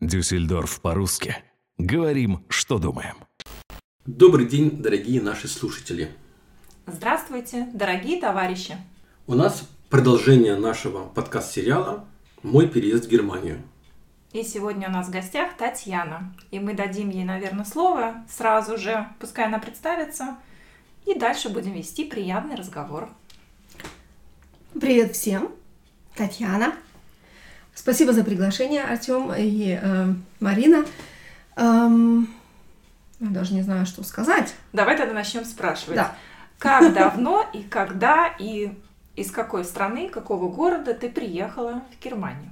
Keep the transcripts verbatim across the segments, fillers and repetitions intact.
Дюссельдорф по-русски. Говорим, что думаем. Добрый день, дорогие наши слушатели. Здравствуйте, дорогие товарищи. У нас продолжение нашего подкаст-сериала «Мой переезд в Германию». И сегодня у нас в гостях Татьяна. И мы дадим ей, наверное, слово сразу же, пускай она представится. И дальше будем вести приятный разговор. Привет всем, Татьяна. Спасибо за приглашение, Артем и э, Марина. Эм, я даже не знаю, что сказать. Давай тогда начнем спрашивать. Да. Как давно и когда и из какой страны, какого города ты приехала в Германию?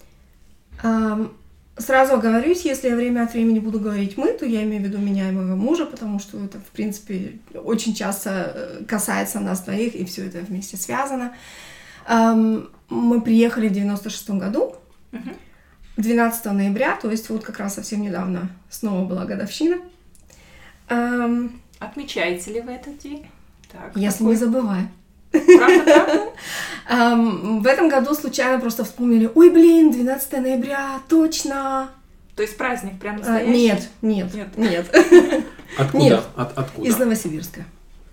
Эм, сразу оговорюсь, если я время от времени буду говорить «мы», то я имею в виду меня и моего мужа, потому что это, в принципе, очень часто касается нас двоих, и все это вместе связано. Эм, мы приехали в девяносто шестом году, uh-huh. двенадцатого ноября, то есть вот как раз совсем недавно снова была годовщина. Эм, Отмечаете ли вы этот день? Так, если какой? не забываю. Правда, правда? эм, в этом году случайно просто вспомнили: ой, блин, двенадцатого ноября, точно! То есть праздник прям А, настоящий? нет, нет, Нет. нет. Откуда? Нет. От, откуда? Из Новосибирска.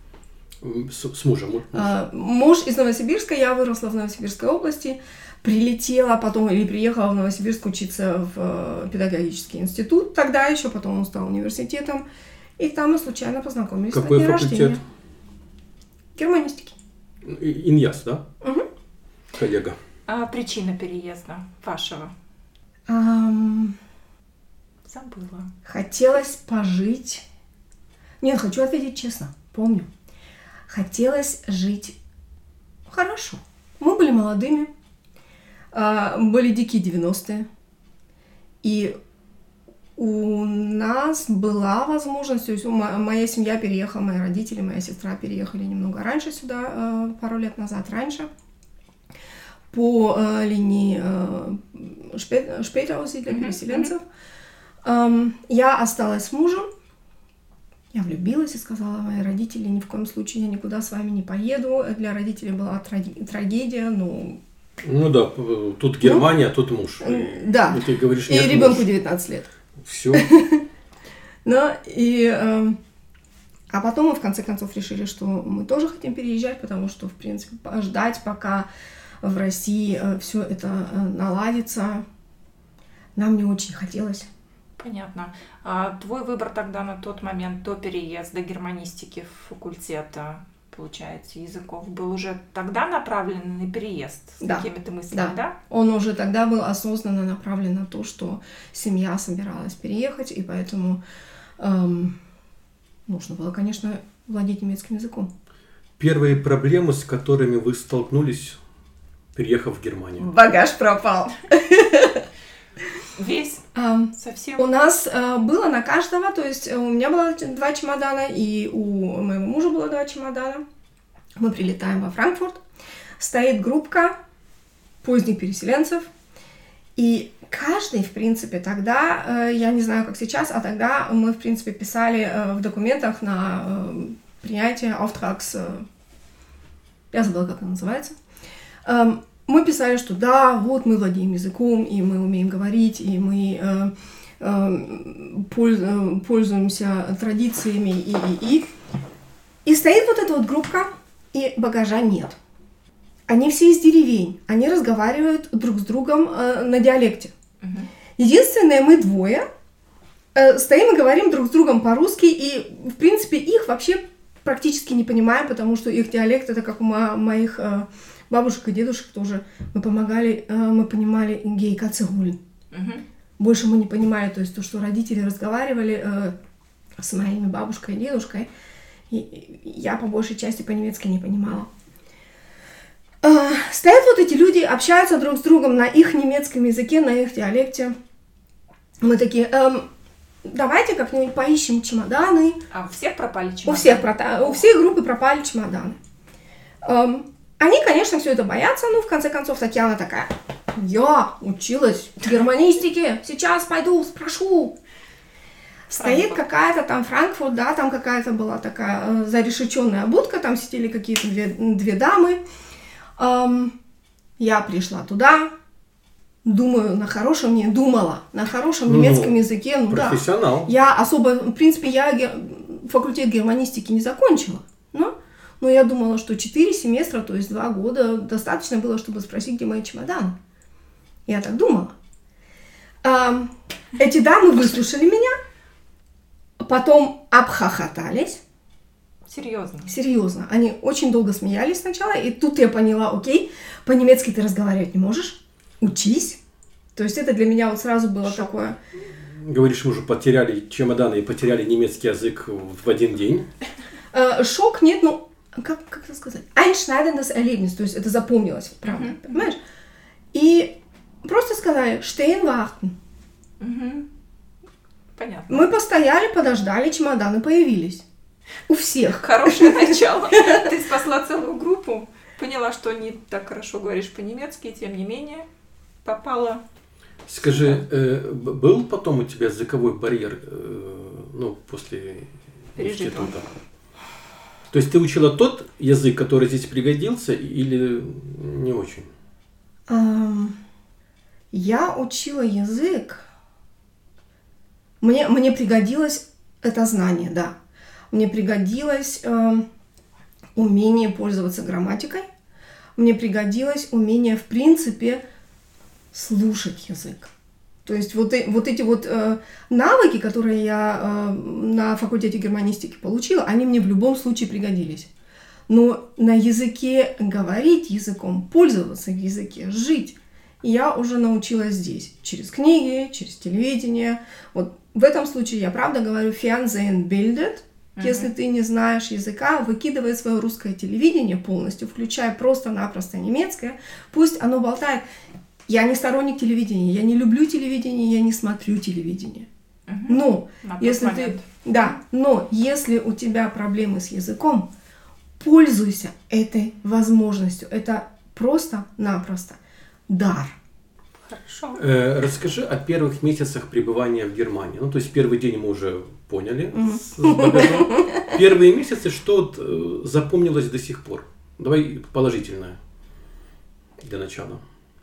С, с мужем? Муж. А, муж из Новосибирска, я выросла в Новосибирской области, прилетела потом или приехала в Новосибирск учиться в э, педагогический институт, тогда еще, потом он стал университетом, и там мы случайно познакомились. Какой на дне факультет? рождения. Германистики. И- Иньяс, да? Угу. Коллега. А причина переезда вашего? Ам, Забыла. хотелось пожить... Нет, хочу ответить честно, помню. Хотелось жить хорошо. Мы были молодыми, а, были дикие девяностые, и у нас была возможность, то есть мо- моя семья переехала, мои родители, моя сестра переехали немного раньше сюда, а, пару лет назад раньше, по а, линии а, шпе- шпейтаусидля, Мгм, переселенцев. Ам, я осталась с мужем. Я влюбилась и сказала: мои родители, ни в коем случае я никуда с вами не поеду. Для родителей была траги- трагедия, ну... Ну да, п- тут Германия, а тут муж. э, да. И ты говоришь, И нет, ребенку муж. девятнадцать лет. Все. Ну, и... эм, а потом мы, в конце концов, решили, что мы тоже хотим переезжать, потому что, в принципе, ждать, пока в России все это э, наладится, нам не очень хотелось. Понятно. А твой выбор тогда на тот момент до переезда германистики факультета, получается, языков, был уже тогда направлен на переезд с Да. какими-то мыслями, Да. да? Он уже тогда был осознанно направлен на то, что семья собиралась переехать, и поэтому эм, нужно было, конечно, владеть немецким языком. Первые проблемы, с которыми вы столкнулись, переехав в Германию. Багаж пропал. Весь? Эм, Совсем? у нас э, было на каждого, то есть э, у меня было два чемодана, и у моего мужа было два чемодана. Мы прилетаем во Франкфурт, стоит группка поздних переселенцев, и каждый, в принципе, тогда, э, я не знаю, как сейчас, а тогда мы, в принципе, писали э, в документах на э, принятие Auftrags, э, я забыла, как это называется. Эм, Мы писали, что да, вот мы владеем языком, и мы умеем говорить, и мы э, э, польз- пользуемся традициями, и, и, и. И стоит вот эта вот группка, и багажа нет. Они все из деревень, они разговаривают друг с другом э, на диалекте. Мгм. Единственное, мы двое э, стоим и говорим друг с другом по-русски, и, в принципе, их вообще практически не понимаем, потому что их диалект, это как у мо- моих... Э, бабушек и дедушек тоже мы помогали, мы понимали гейка цигуль. Мгм. Больше мы не понимали, то есть то, что родители разговаривали э, с моими бабушкой и дедушкой, и, и я по большей части по-немецки не понимала. Э, стоят вот эти люди, общаются друг с другом на их немецком языке, на их диалекте. Мы такие: эм, давайте как-нибудь поищем чемоданы. А у всех пропали чемоданы? У всех, прота- у всей группы пропали чемоданы. Эм, Они, конечно, все это боятся, но в конце концов Татьяна такая: я училась в германистике, сейчас пойду спрошу. Стоит Франкфурт. какая-то там Франкфурт, да, там какая-то была такая э, зарешеченная будка, там сидели какие-то две, две дамы. Эм, я пришла туда, думаю на хорошем, не думала, на хорошем Ну, немецком языке, ну да. Профессионал. Я особо, в принципе, я ге- факультет германистики не закончила, но, но я думала, что четыре семестра, то есть два года, достаточно было, чтобы спросить, где мои чемоданы. Я так думала. Ам, эти дамы выслушали меня, потом обхохотались. Серьезно. Серьезно. Они очень долго смеялись сначала, и тут я поняла, окей, по-немецки ты разговаривать не можешь, учись. То есть это для меня вот сразу было Шок. такое... Говоришь, мы уже потеряли чемоданы и потеряли немецкий язык в один день. Э, шок нет, ну, как, как это сказать? Einschneidendes Erlebnis, то есть это запомнилось, правда, Мгм. понимаешь? И просто сказали, stehen warten. Мгм. Понятно. Мы постояли, подождали, чемоданы появились. У всех. Хорошее начало. Ты спасла целую группу, поняла, что не так хорошо говоришь по-немецки, и тем не менее попала. Скажи, э, б- был потом у тебя языковой барьер, э, ну, после Пережитого. института? То есть ты учила тот язык, который здесь пригодился, или не очень? Ам, Я учила язык. Мне, мне пригодилось это знание, да. Мне пригодилось эм, умение пользоваться грамматикой. Мне пригодилось умение, в принципе, слушать язык. То есть вот, э- вот эти вот э, навыки, которые я э, на факультете германистики получила, они мне в любом случае пригодились. Но на языке говорить языком, пользоваться языке, жить, я уже научилась здесь. Через книги, через телевидение. Вот в этом случае я правда говорю Fernsehen bildet. Если ты не знаешь языка, выкидывай свое русское телевидение полностью, включая просто-напросто немецкое. Пусть оно болтает. Я не сторонник телевидения, я не люблю телевидение, я не смотрю телевидение. Мгм. Но На тот если момент. ты, да, но если у тебя проблемы с языком, пользуйся этой возможностью. Это просто-напросто дар. Хорошо. Э, расскажи о первых месяцах пребывания в Германии. Ну, то есть первый день мы уже поняли с, с багажом. Первые месяцы, что вот, э, запомнилось до сих пор? Давай положительное для начала.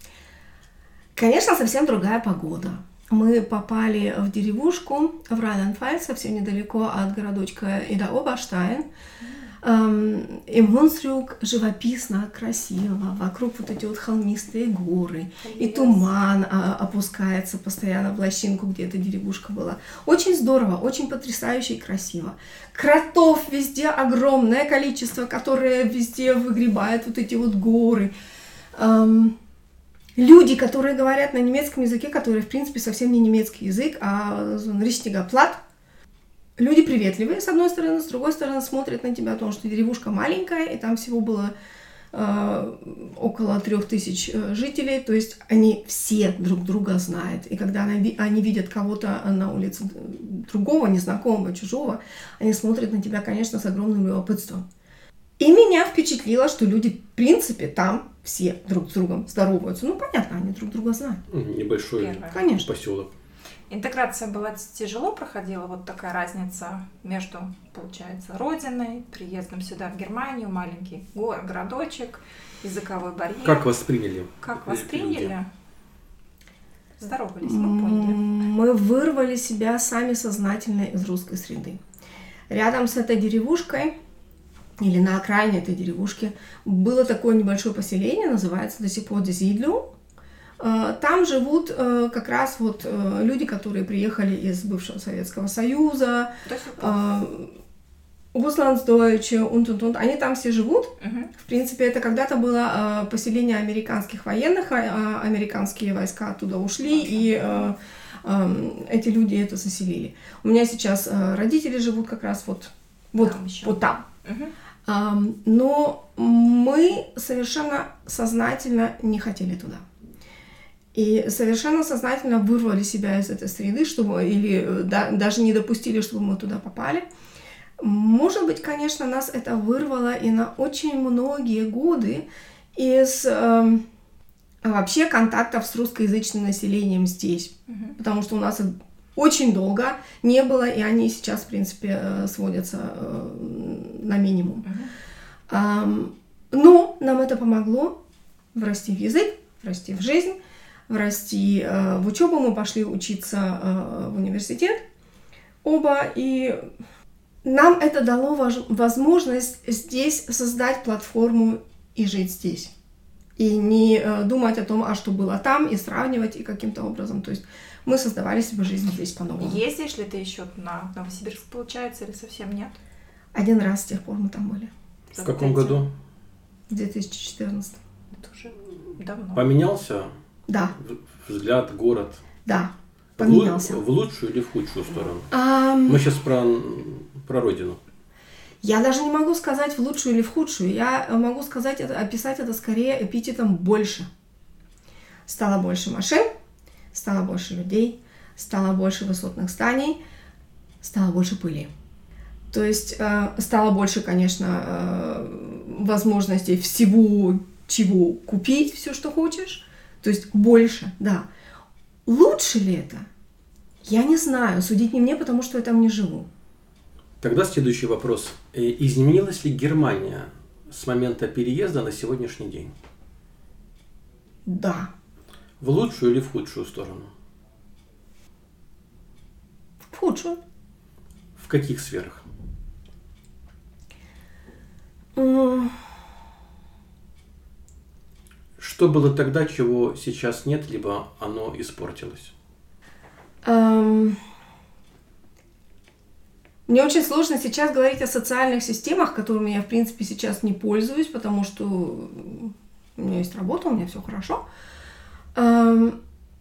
Конечно, совсем другая погода. Мы попали в деревушку в Райнланд-Пфальц, совсем недалеко от городочка Ида-Оберштайн. Эм, Im Hunsrück живописно, красиво, вокруг вот эти вот холмистые горы, и Yes. туман а, опускается постоянно в лощинку, где эта деревушка была. Очень здорово, очень потрясающе и красиво. Кротов везде огромное количество, которые везде выгребают вот эти вот горы. Эм, Люди, которые говорят на немецком языке, который, в принципе, совсем не немецкий язык, а so ein richtiger Platt. Люди приветливые, с одной стороны, с другой стороны, смотрят на тебя, потому что деревушка маленькая, и там всего было э, около трех тысяч э, жителей, то есть они все друг друга знают. И когда они, они видят кого-то на улице другого, незнакомого, чужого, они смотрят на тебя, конечно, с огромным любопытством. И меня впечатлило, что люди, в принципе, там все друг с другом здороваются. Ну, понятно, они друг друга знают. М, Небольшой Первое. Конечно. поселок. Интеграция была тяжело проходила, вот такая разница между, получается, родиной, приездом сюда в Германию, маленький город, городочек, языковой барьер. Как восприняли? Как эти люди? восприняли? Здоровались, мы поняли. Мы вырвали себя сами сознательно из русской среды. Рядом с этой деревушкой, или на окраине этой деревушки, было такое небольшое поселение, называется до сих пор Siedlung. Э, Там живут э, как раз вот э, люди, которые приехали из бывшего Советского Союза, До сих пор. э, Russlandsdeutsche und, und, und. Они там все живут. Мгм. В принципе, это когда-то было э, поселение американских военных, а, а американские войска оттуда ушли, и э, э, эти люди это заселили. У меня сейчас э, родители живут как раз вот, вот, Там ещё. вот там. Мгм. Ам, но мы совершенно сознательно не хотели туда. И совершенно сознательно вырвали себя из этой среды, чтобы, или э, да- даже не допустили, чтобы мы туда попали. Может быть, конечно, нас это вырвало и на очень многие годы из эм, вообще контактов с русскоязычным населением здесь. Мгм. Потому что у нас их очень долго не было, и они сейчас, в принципе, э, сводятся э, на минимум. Мгм. Ам, Но нам это помогло врасти в язык, врасти в жизнь. расти э, в учебу. Мы пошли учиться э, в университет оба, и нам это дало вож- возможность здесь создать платформу и жить здесь. И не э, думать о том, а что было там, и сравнивать, и каким-то образом. То есть мы создавали себе жизнь здесь по-новому. Ездишь ли ты еще на Новосибирск, получается, или совсем нет? Один раз с тех пор мы там были. В каком году? В две тысячи четырнадцатом. Это уже давно. Поменялся Да, взгляд, город? да, В лу- поменялся. В лучшую или в худшую сторону? Ам, Мы сейчас про, про родину. Я даже не могу сказать в лучшую или в худшую. Я могу сказать, это, описать это скорее эпитетом «больше». Стало больше машин, стало больше людей, стало больше высотных зданий, стало больше пыли. То есть э, стало больше, конечно, э, возможностей всего, чего купить, все, что хочешь. То есть больше, да. Лучше ли это? Я не знаю. Судить не мне, потому что я там не живу. Тогда следующий вопрос. Э, Изменилась ли Германия с момента переезда на сегодняшний день? Да. В лучшую или в худшую сторону? В худшую. В каких сферах? М, Что было тогда, чего сейчас нет, либо оно испортилось? эм, Мне очень сложно сейчас говорить о социальных системах, которыми я, в принципе, сейчас не пользуюсь, потому что у меня есть работа, у меня все хорошо. Эм,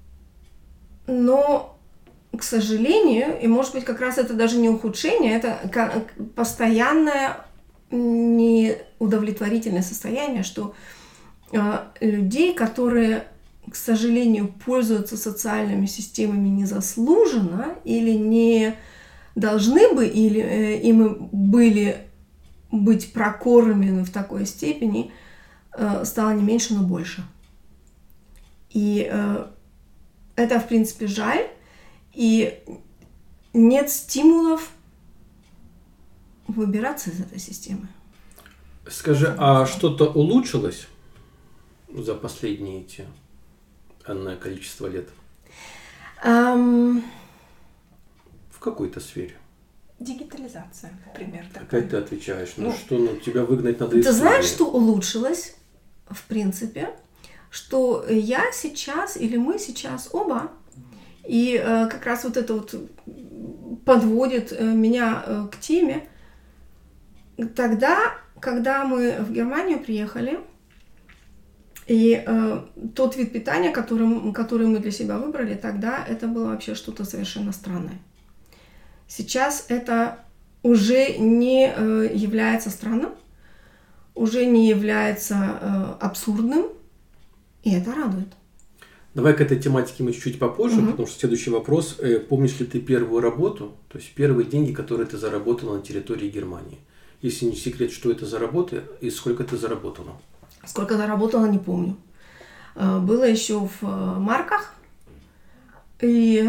Но, к сожалению, и может быть как раз это даже не ухудшение, это ка- постоянное неудовлетворительное состояние, что э, людей, которые, к сожалению, пользуются социальными системами незаслуженно или не должны бы, или э, им были быть прокормлены в такой степени, э, стало не меньше, но больше. И э, это, в принципе, жаль. И нет стимулов выбираться из этой системы. Скажи, а что-то улучшилось за последние эти энное количество лет? Эм, В какой-то сфере? Дигитализация, например. Опять ты отвечаешь. Ну, Ну, что, ну тебя выгнать надо из Ты знаешь, страны. что улучшилось, в принципе, что я сейчас, или мы сейчас оба, и э, как раз вот это вот подводит э, меня э, к теме, тогда, когда мы в Германию приехали, и э, тот вид питания, который, который мы для себя выбрали, тогда это было вообще что-то совершенно странное. Сейчас это уже не э, является странным, уже не является э, абсурдным, и это радует. Давай к этой тематике мы чуть-чуть попозже, Мгм. потому что следующий вопрос. Э, Помнишь ли ты первую работу, то есть первые деньги, которые ты заработала на территории Германии? Если не секрет, что это за работа и сколько ты заработала? Сколько заработала, не помню. Э, Было еще в э, марках, и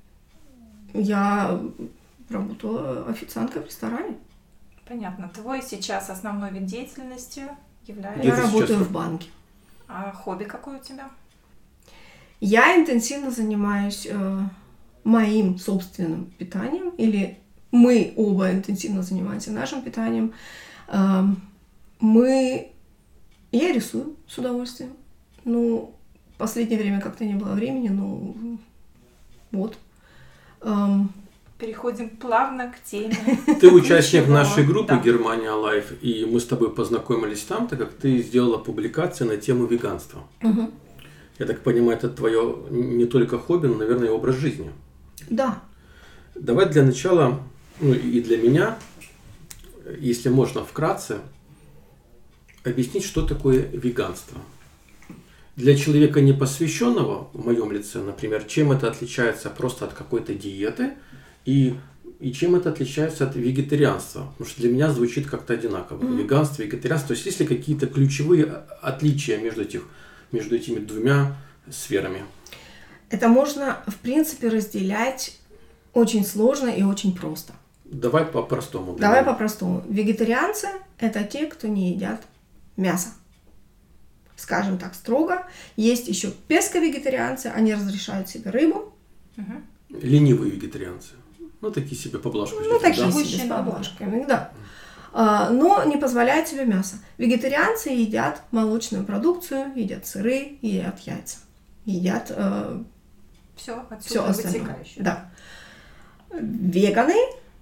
я работала официанткой в ресторане. Понятно. Твой сейчас основной вид деятельности Где является... Я ты сейчас работаю раб- в банке. А хобби какое у тебя? Я интенсивно занимаюсь э, моим собственным питанием, или мы оба интенсивно занимаемся нашим питанием. Эм, мы... Я рисую с удовольствием. Ну, в последнее время как-то не было времени, ну, вот. Эм, Переходим плавно к теме. Ты участник Ничего. нашей группы Да. Германия Лайф, и мы с тобой познакомились там, так как ты сделала публикации на тему веганства. мгм. Я так понимаю, это твое не только хобби, но, наверное, и образ жизни. Да. Давай для начала, ну и для меня, если можно вкратце, объяснить, что такое веганство. Для человека непосвященного, в моем лице, например, чем это отличается просто от какой-то диеты и, и чем это отличается от вегетарианства. Потому что для меня звучит как-то одинаково. Мгм. Веганство, вегетарианство. То есть есть ли какие-то ключевые отличия между, этих, между этими двумя сферами? Это можно, в принципе, разделять очень сложно и очень просто. Давай по-простому. Давай говорим. по-простому. Вегетарианцы – это те, кто не едят мясо. скажем так, строго. Есть еще песко-вегетарианцы, они разрешают себе рыбу. Угу. Ленивые вегетарианцы. Ну, такие себе поблажку. Ну, такие да? себе с поблажками, да. А, но не позволяют себе мясо. Вегетарианцы едят молочную продукцию, едят сыры, едят яйца. Едят э, все отсюда все остальное. вытекающее. Да. Веганы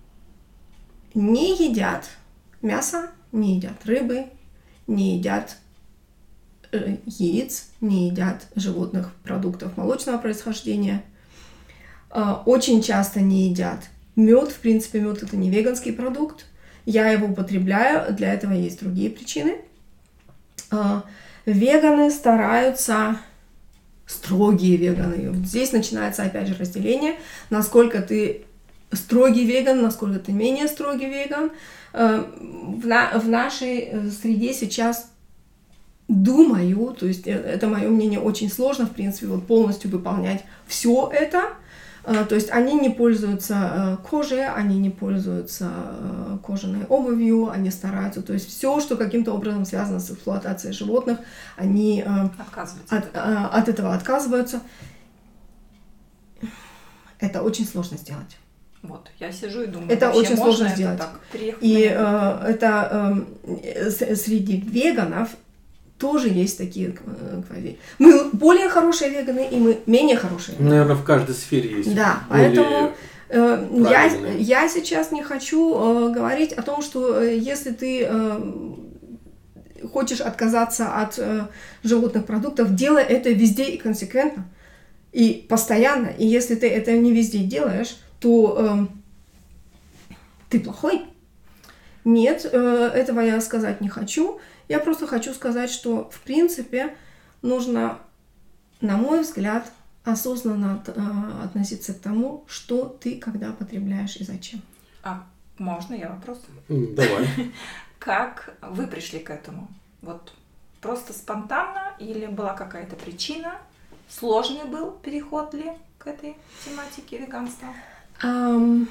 не едят мясо, не едят рыбы, не едят э, яиц, не едят животных продуктов молочного происхождения. Э, очень часто не едят мед. В принципе, мед это не веганский продукт. Я его употребляю, для этого есть другие причины. Э, веганы стараются, строгие веганы, вот здесь начинается опять же разделение, насколько ты строгий веган, насколько ты менее строгий веган. В, на, в нашей среде сейчас, думаю, то есть это мое мнение, очень сложно, в принципе, вот полностью выполнять все это. То есть они не пользуются кожей, они не пользуются кожаной обувью, они стараются, то есть все, что каким-то образом связано с эксплуатацией животных, они отказываются от, от этого отказываются. Это очень сложно сделать. Вот, я сижу и думаю, это очень сложно это сделать. Так, и э, это э, среди веганов тоже есть такие квази. Мы более хорошие веганы, и мы менее хорошие. Наверное, в каждой сфере есть. Да, поэтому э, я, я сейчас не хочу э, говорить о том, что э, если ты э, хочешь отказаться от э, животных продуктов, делай это везде и консеквентно, и постоянно. И если ты это не везде делаешь, то э, ты плохой. Нет, э, этого я сказать не хочу. Я просто хочу сказать, что в принципе нужно, на мой взгляд, осознанно от, э, относиться к тому, что ты когда потребляешь и зачем. А можно я вопрос? Давай. Как вы пришли к этому? Вот просто спонтанно или была какая-то причина? Сложный был переход ли к этой тематике веганства? Um,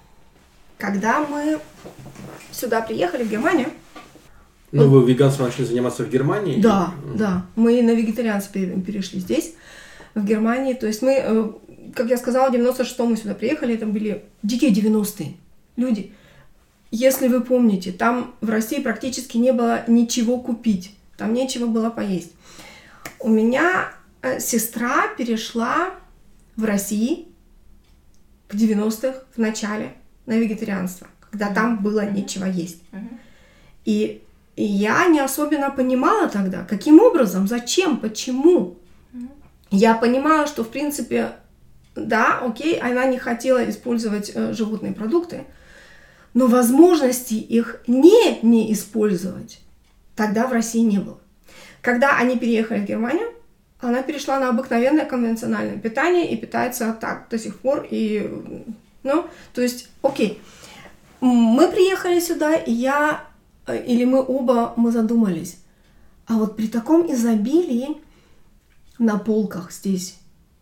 когда мы сюда приехали, в Германию... Ну, вы веганством начали заниматься в Германии? Да, и... да. Мы на вегетарианство перешли здесь, в Германии. То есть мы, как я сказала, в девяносто шестом мы сюда приехали, это были дикие девяностые люди. Если вы помните, там в России практически не было ничего купить, там нечего было поесть. У меня сестра перешла в России в девяностых, в начале, на вегетарианство, когда там было mm-hmm. нечего есть. Mm-hmm. И, и я не особенно понимала тогда, каким образом, зачем, почему. Mm-hmm. Я понимала, что, в принципе, да, окей, она не хотела использовать э, животные продукты, но возможности их не, не использовать тогда в России не было. Когда они переехали в Германию, она перешла на обыкновенное конвенциональное питание и питается так до сих пор. И, ну, то есть, окей, мы приехали сюда, и я, или мы оба, мы задумались, а вот при таком изобилии на полках здесь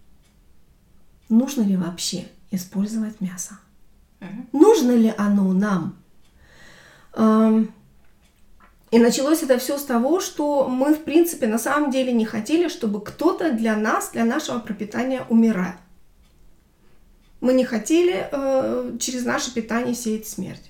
нужно ли вообще использовать мясо? Uh-huh. Нужно ли оно нам? И началось это все с того, что мы, в принципе, на самом деле не хотели, чтобы кто-то для нас, для нашего пропитания умирал. Мы не хотели э, через наше питание сеять смерть.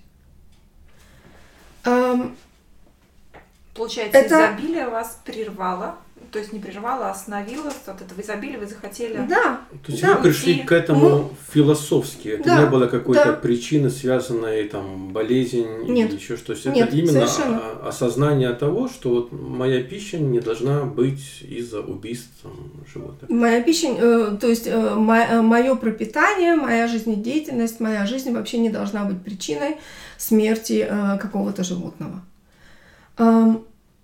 Эм, Получается, это... изобилие вас прервало, то есть не прервало, а остановило от этого изобилия, вы захотели... Да. То есть да. вы пришли к этому мы... философски, это да, не было какой-то да. причины, связанной, там, болезнь Нет. или еще что-то. Нет, это именно совершенно. осознание того, что вот моя пища не должна быть из-за убийств там, животных. Моя пища, э, то есть э, мо- мое пропитание, моя жизнедеятельность, моя жизнь вообще не должна быть причиной смерти э, какого-то животного. Эм,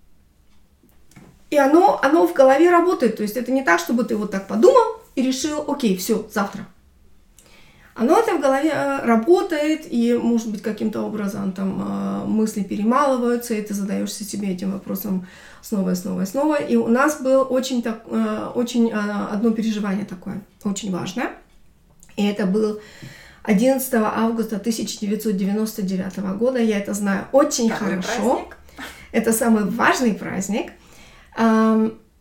И оно, оно в голове работает. То есть это не так, чтобы ты вот так подумал и решил, окей, все, завтра. Оно это в голове работает, и, может быть, каким-то образом там мысли перемалываются, и ты задаешься себе этим вопросом снова и снова и снова. И у нас было очень, так, очень одно переживание такое, очень важное. И это был одиннадцатого августа тысяча девятьсот девяносто девятого года. Я это знаю очень Какой хорошо. Праздник? Это самый важный праздник.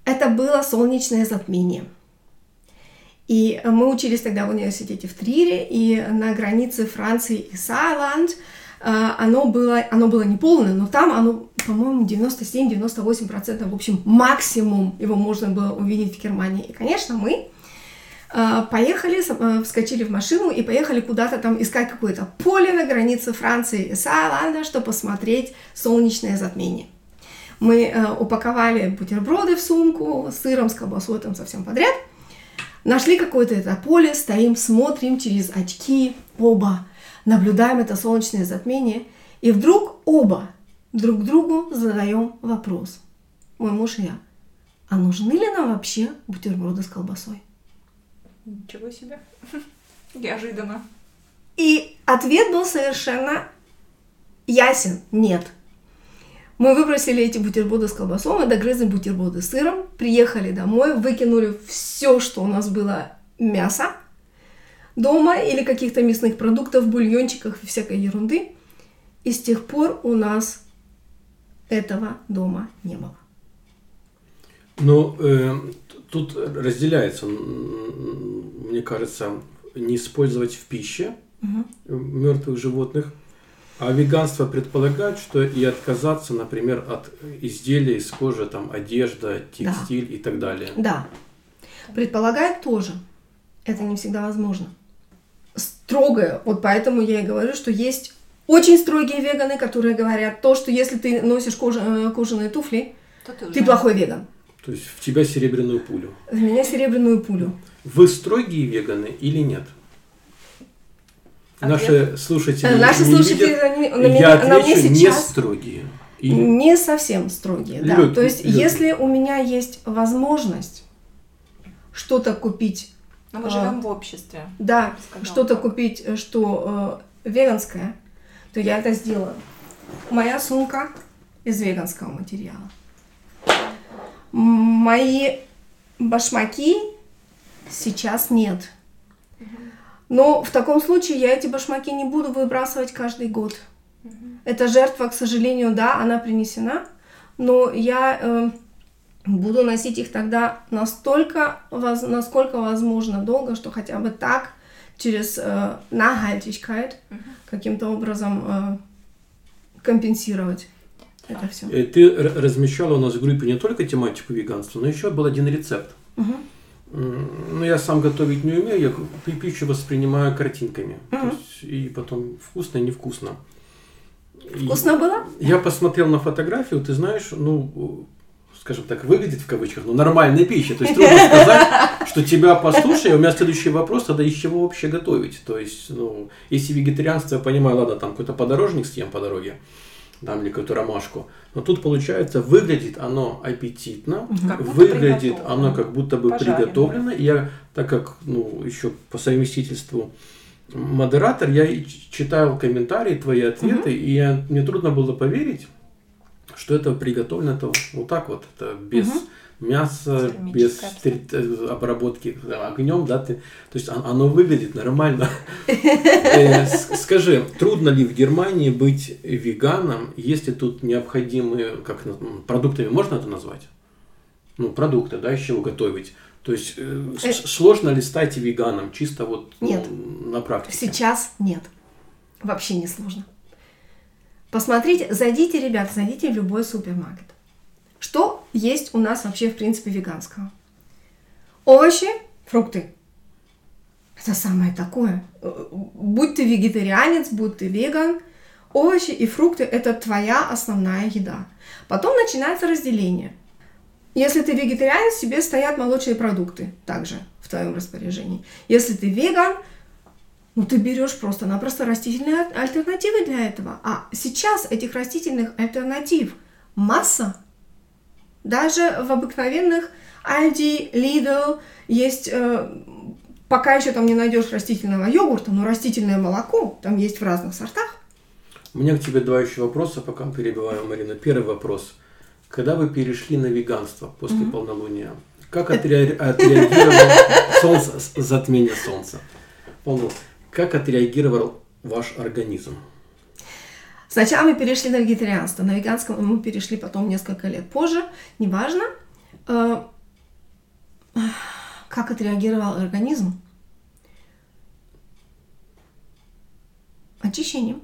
Это было солнечное затмение. И мы учились тогда в университете в Трире, и на границе Франции и Saarland оно было, оно было не полное, но там оно, по-моему, девяносто семь - девяносто восемь процентов, в общем, максимум его можно было увидеть в Германии. И, конечно, мы поехали, вскочили в машину и поехали куда-то там искать какое-то поле на границе Франции и Saarland, чтобы посмотреть солнечное затмение. Мы э, упаковали бутерброды в сумку с сыром, с колбасой, там совсем подряд. Нашли какое-то это поле, стоим, смотрим через очки, оба наблюдаем это солнечное затмение. И вдруг оба друг другу задаем вопрос. Мой муж и я. А нужны ли нам вообще бутерброды с колбасой? Ничего себе. Неожиданно. И ответ был совершенно ясен. Нет. Мы выбросили эти бутерброды с колбасой, мы догрызли бутерброды с сыром, приехали домой, выкинули все, что у нас было мясо дома или каких-то мясных продуктов, бульончиках и всякой ерунды. И с тех пор у нас этого дома не было. Но э, тут разделяется, мне кажется, не использовать в пище угу. мертвых животных. А веганство предполагает, что и отказаться, например, от изделий из кожи, там, одежда, текстиль да. и так далее. Да. Предполагает тоже. Это не всегда возможно. Строгое. Вот поэтому я и говорю, что есть очень строгие веганы, которые говорят то, что если ты носишь кожа, кожаные туфли, то ты, ты плохой веган. То есть в тебя серебряную пулю. В меня серебряную пулю. Вы строгие веганы или нет? Наши слушатели Наши не слушатели видят. На, на Я меня, отвечу, на мне сейчас не строгие. Или... Не совсем строгие, да. Лёд, То есть, лёд. если у меня есть возможность что-то купить... Но мы э, живем в обществе. Да, что-то так. купить, что э, веганское, то я это сделаю. Моя сумка из веганского материала. Мои башмаки сейчас нет. Но в таком случае я эти башмаки не буду выбрасывать каждый год. Uh-huh. Эта жертва, к сожалению, да, она принесена, но я э, буду носить их тогда настолько, воз, насколько возможно долго, что хотя бы так, через э, Nachhaltigkeit, uh-huh. каким-то образом э, компенсировать это все. Ты размещала у нас в группе не только тематику веганства, но еще был один рецепт. Uh-huh. Ну, я сам готовить не умею, я пищу воспринимаю картинками. Uh-huh. То есть, и потом вкусно, невкусно. Вкусно и было? Я посмотрел на фотографию, ты знаешь, ну, скажем так, выглядит в кавычках, ну, нормальная пища. То есть трудно сказать, что тебя послушай, у меня следующий вопрос, тогда из чего вообще готовить? То есть, ну, если вегетарианство, я понимаю, ладно, там какой-то подорожник съем по дороге, там, или какую-то ромашку. Но тут, получается, выглядит оно аппетитно, как выглядит оно как будто бы пожарено. Приготовлено. И я, так как, ну, еще по совместительству модератор, я читал комментарии, твои ответы, угу. и я, мне трудно было поверить, что это приготовлено это вот так вот, это без угу. мяса, без обработки огнем, да, ты, то есть оно выглядит нормально. Скажи, трудно ли в Германии быть веганом, если тут необходимые, как продуктами можно это назвать? Ну, продукты, да, из чего готовить? То есть э, э, сложно ли стать веганом, чисто вот нет. Ну, на практике? Сейчас нет. Вообще не сложно. Посмотрите, зайдите, ребята, зайдите в любой супермаркет. Что есть у нас вообще в принципе веганского? Овощи, фрукты. Это самое такое. Будь ты вегетарианец, будь ты веган, овощи и фрукты – это твоя основная еда. Потом начинается разделение. Если ты вегетарианец, тебе стоят молочные продукты также в твоем распоряжении. Если ты веган, ну ты берешь просто-напросто растительные альтернативы для этого. А сейчас этих растительных альтернатив масса. Даже в обыкновенных Aldi, Lidl есть, э, пока еще там не найдешь растительного йогурта, но растительное молоко там есть в разных сортах. У меня к тебе два еще вопроса, пока мы перебиваем, Марина. Первый вопрос. Когда вы перешли на веганство после mm-hmm. полнолуния, как отре... отреагировало солнце, затмение солнца? Полно. Как отреагировал ваш организм? Сначала мы перешли на вегетарианство. На веганском мы перешли потом несколько лет позже. Неважно. Как отреагировал организм? Очищением.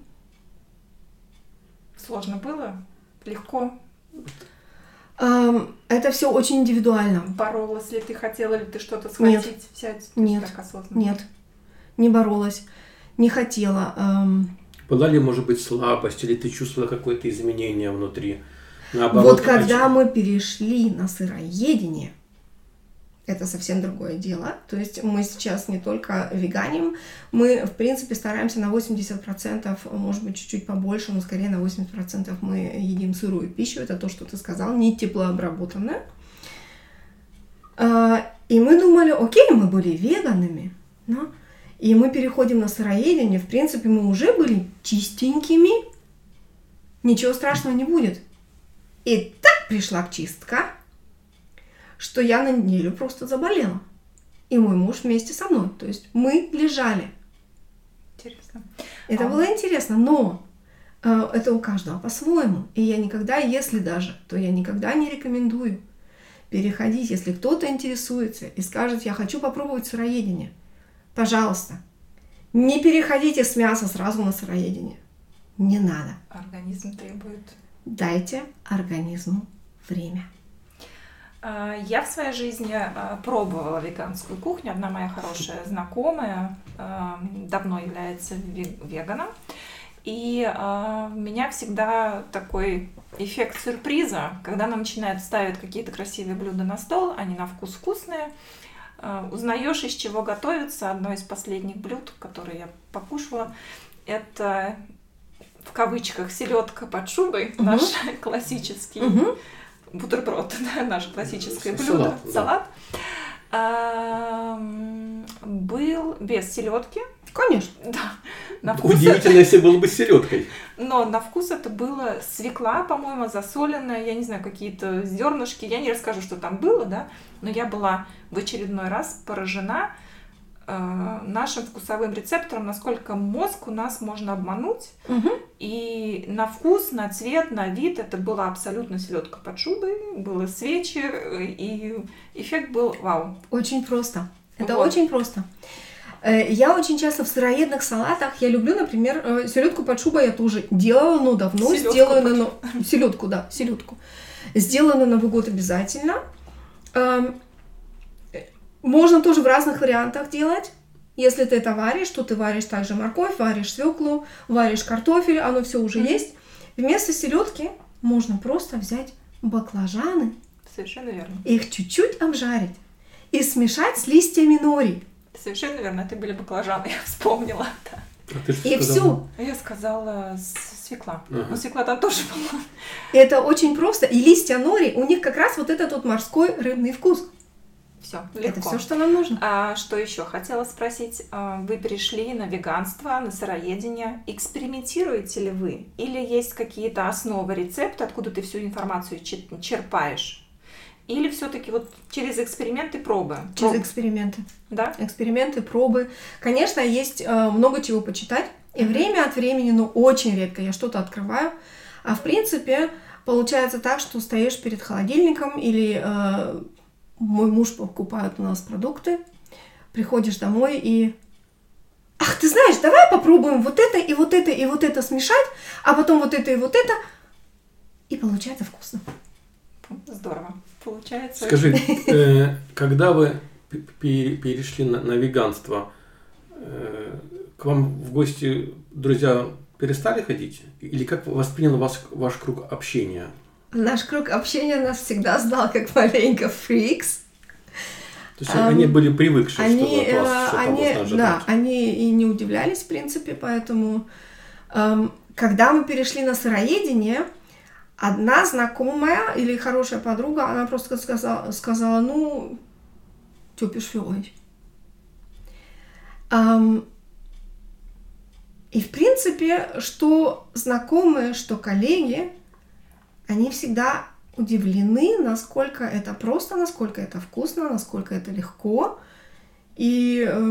Сложно было? Легко? Эм, Это все очень индивидуально. Боролась ли ты, хотела ли ты что-то схватить, Нет. взять? Нет. Так осознанно? Нет, не боролась, не хотела. эм. Была ли, может быть, слабость, или ты чувствовала какое-то изменение внутри? Наоборот, Вот когда оч- мы перешли на сыроедение, это совсем другое дело. То есть мы сейчас не только веганим, мы, в принципе, стараемся на восемьдесят процентов, может быть, чуть-чуть побольше, но скорее на восемьдесят процентов мы едим сырую пищу. Это то, что ты сказал, не теплообработанная. А, И мы думали, окей, мы были веганами, да? И мы переходим на сыроедение. В принципе, мы уже были чистенькими. Ничего страшного не будет. И так пришла чистка, что я на неделю просто заболела. И мой муж вместе со мной. То есть мы лежали. Интересно. Это А. было интересно, но э, это у каждого по-своему. И я никогда, если даже, то я никогда не рекомендую переходить, если кто-то интересуется и скажет, я хочу попробовать сыроедение. Пожалуйста, не переходите с мяса сразу на сыроедение. Не надо. Организм требует. Дайте организму время. А, Я в своей жизни а, пробовала веганскую кухню. Одна моя хорошая знакомая а, давно является ве- веганом. И а, у меня всегда такой эффект сюрприза, когда нам начинают ставить какие-то красивые блюда на стол, они на вкус вкусные. А, Узнаешь, из чего готовится. Одно из последних блюд, которые я покушала, это в кавычках селедка под шубой, Мгм. наш классический Мгм. бутерброд, да, наше классическое Салат, блюдо, да. салат, Ам, был без селедки, Конечно. да, на вкус Удивительно, если был бы с селедкой. но на вкус это было свекла, по-моему, засоленная, я не знаю, какие-то зернышки, я не расскажу, что там было, да, но я была в очередной раз поражена э, нашим вкусовым рецептором, насколько мозг у нас можно обмануть, Мгм. и на вкус, на цвет, на вид это была абсолютно селедка под шубой, было свечи, э, и эффект был вау. Очень просто. Это Вот. очень просто. Э, Я очень часто в сыроедных салатах, я люблю, например, э, селедку под шубой я тоже делала, но давно Селёдку сделаю на под- но- селедку, да, селедку. Сделаю на Новый год обязательно. Эм, э, Можно тоже в разных вариантах делать. Если ты это варишь, то ты варишь также морковь, варишь свеклу, варишь картофель, оно все уже Мгм. есть. Вместо селедки можно просто взять баклажаны, Совершенно верно. их чуть-чуть обжарить и смешать с листьями нори. Совершенно верно, это были баклажаны, я вспомнила. Да. А ты что И сказала? все. Я сказала с- свекла. Ага. Но свекла там тоже была. Это очень просто. И листья нори, у них как раз вот этот вот морской рыбный вкус. Все, Это легко. все, что нам нужно. А что еще хотела спросить? А, Вы перешли на веганство, на сыроедение. Экспериментируете ли вы? Или есть какие-то основы рецепта, откуда ты всю информацию чер- черпаешь? Или все-таки вот через эксперименты, пробы? Через Проб- эксперименты. Да? Эксперименты, пробы. Конечно, есть э, много чего почитать. И Мгм. время от времени, но очень редко я что-то открываю. А в принципе, получается так, что стоишь перед холодильником или э, мой муж покупает у нас продукты, приходишь домой и... Ах, ты знаешь, давай попробуем вот это и вот это и вот это смешать, а потом вот это и вот это. И получается вкусно. Здорово. Получается. Скажи, э, когда вы п- пе- перешли на, на веганство, э, к вам в гости друзья перестали ходить? Или как воспринял вас ваш круг общения? Наш круг общения нас всегда знал как маленько фрикс. То есть Ам, они были привыкшие, Они, что от вас э, что-то они, можно ожидать. да, они и не удивлялись, в принципе, поэтому, эм, когда мы перешли на сыроедение, одна знакомая или хорошая подруга, она просто сказала, сказала ну, typisch für euch. Эм, и, в принципе, что знакомые, что коллеги, они всегда удивлены, насколько это просто, насколько это вкусно, насколько это легко. И э,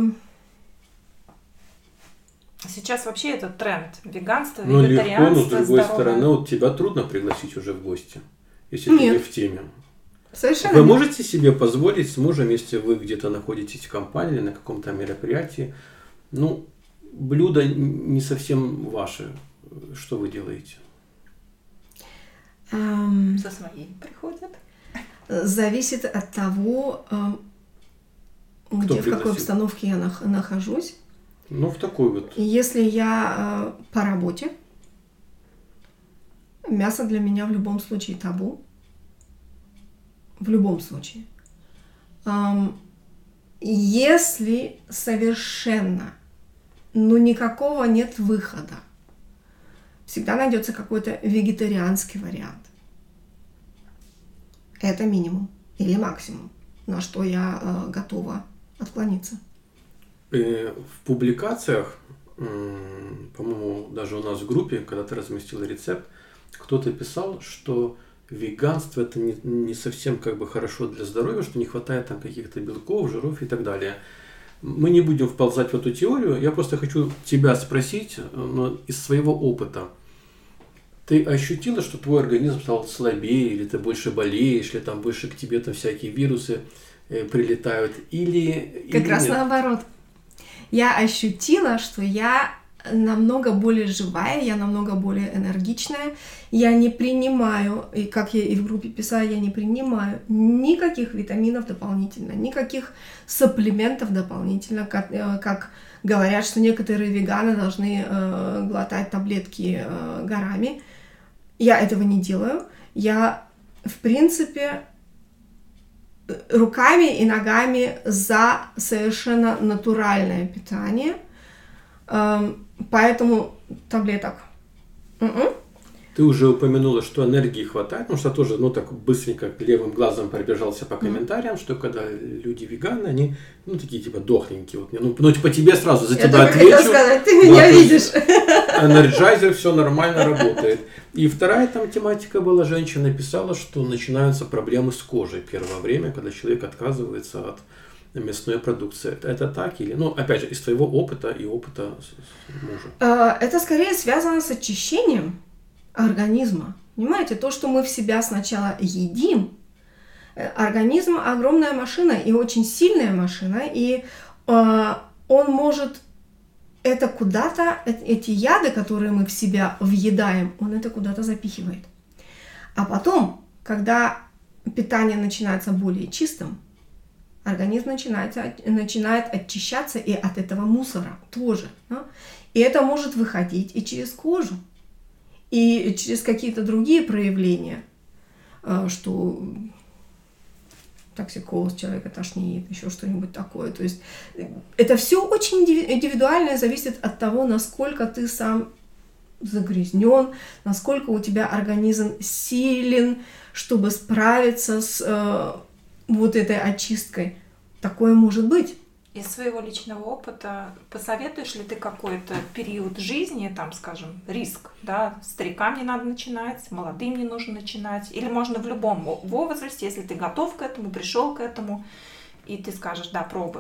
Сейчас вообще это тренд. Веганство, Ну, легко, вегетарианство, но с другой здоровое. стороны, вот тебя трудно пригласить уже в гости, если ты Нет. не в теме. Совершенно Вы нет. можете себе позволить с мужем, если вы где-то находитесь в компании или на каком-то мероприятии, ну, блюдо не совсем ваше, что вы делаете? Эм, Со своей приходят. Зависит от того, эм, Кто где, в какой пригласил? обстановке я нах- нахожусь. Ну, в такой вот. Если я э, по работе, мясо для меня в любом случае табу. В любом случае. Эм, если совершенно, ну никакого нет выхода, всегда найдется какой-то вегетарианский вариант. Это минимум или максимум, на что я э, готова отклониться. Э, В публикациях, м, по-моему, даже у нас в группе, когда ты разместил рецепт, кто-то писал, что веганство это не, не совсем как бы хорошо для здоровья, что не хватает там каких-то белков, жиров и так далее. Мы не будем вползать в эту теорию. Я просто хочу тебя спросить, но из своего опыта. Ты ощутила, что твой организм стал слабее, или ты больше болеешь, или там больше к тебе там всякие вирусы э, прилетают, или... Как или раз нет? наоборот. Я ощутила, что я намного более живая, я намного более энергичная. Я не принимаю, и как я и в группе писала, я не принимаю никаких витаминов дополнительно, никаких сапплементов дополнительно, как, э, как говорят, что некоторые веганы должны э, глотать таблетки э, горами. Я этого не делаю. Я, в принципе, руками и ногами за совершенно натуральное питание. Эм, Поэтому таблеток. М-м. Ты уже упомянула, что энергии хватает, потому что тоже, ну, так быстренько левым глазом пробежался по комментариям, что когда люди веганы, они, ну, такие, типа, дохленькие. Вот, ну, ну, типа, тебе сразу за Я тебя только отвечу. хотела сказать, ты Да, меня то есть видишь. Энерджайзер, все нормально работает. И вторая там тематика была, женщина писала, что начинаются проблемы с кожей первое время, когда человек отказывается от мясной продукции. Это, это так или... Ну, опять же, из твоего опыта и опыта с- с мужа. Э, Это скорее связано с очищением организма. Понимаете, то, что мы в себя сначала едим, э, организм огромная машина и очень сильная машина, и э, он может это куда-то, э- эти яды, которые мы в себя въедаем, он это куда-то запихивает. А потом, когда питание начинается более чистым, организм начинает, начинает очищаться и от этого мусора тоже. Да? И это может выходить и через кожу, и через какие-то другие проявления, э, что токсикоз, человека тошнит, еще что-нибудь такое. То есть э, это все очень индиви- индивидуально, зависит от того, насколько ты сам загрязнен, насколько у тебя организм силен, чтобы справиться с э, вот этой очисткой. Такое может быть. Из своего личного опыта посоветуешь ли ты какой-то период жизни, там, скажем, риск, да, старикам не надо начинать, молодым не нужно начинать, или можно в любом во- возрасте, если ты готов к этому, пришел к этому, и ты скажешь, да, пробуй.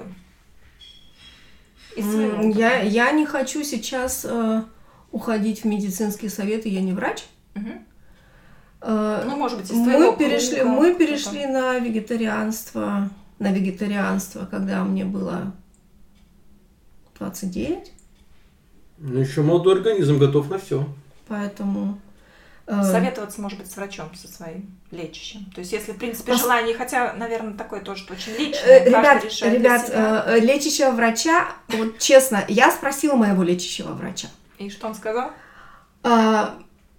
Из своего М, опыта. Я, я не хочу сейчас э, уходить в медицинские советы, я не врач. Мгм. Э, Ну, может быть, из твоего мы перешли, круга мы кто-то. перешли на вегетарианство, на вегетарианство, когда мне было двадцать девять, Ну, еще молодой организм готов на все. поэтому э, Советоваться, может быть, с врачом со своим лечащим. То есть, если, в принципе, Пос- желание, хотя, наверное, такое тоже очень э, личное, каждый ребят, решает для ребят, себя. э, лечащего врача, вот честно, я спросила моего лечащего врача. И что он сказал? А,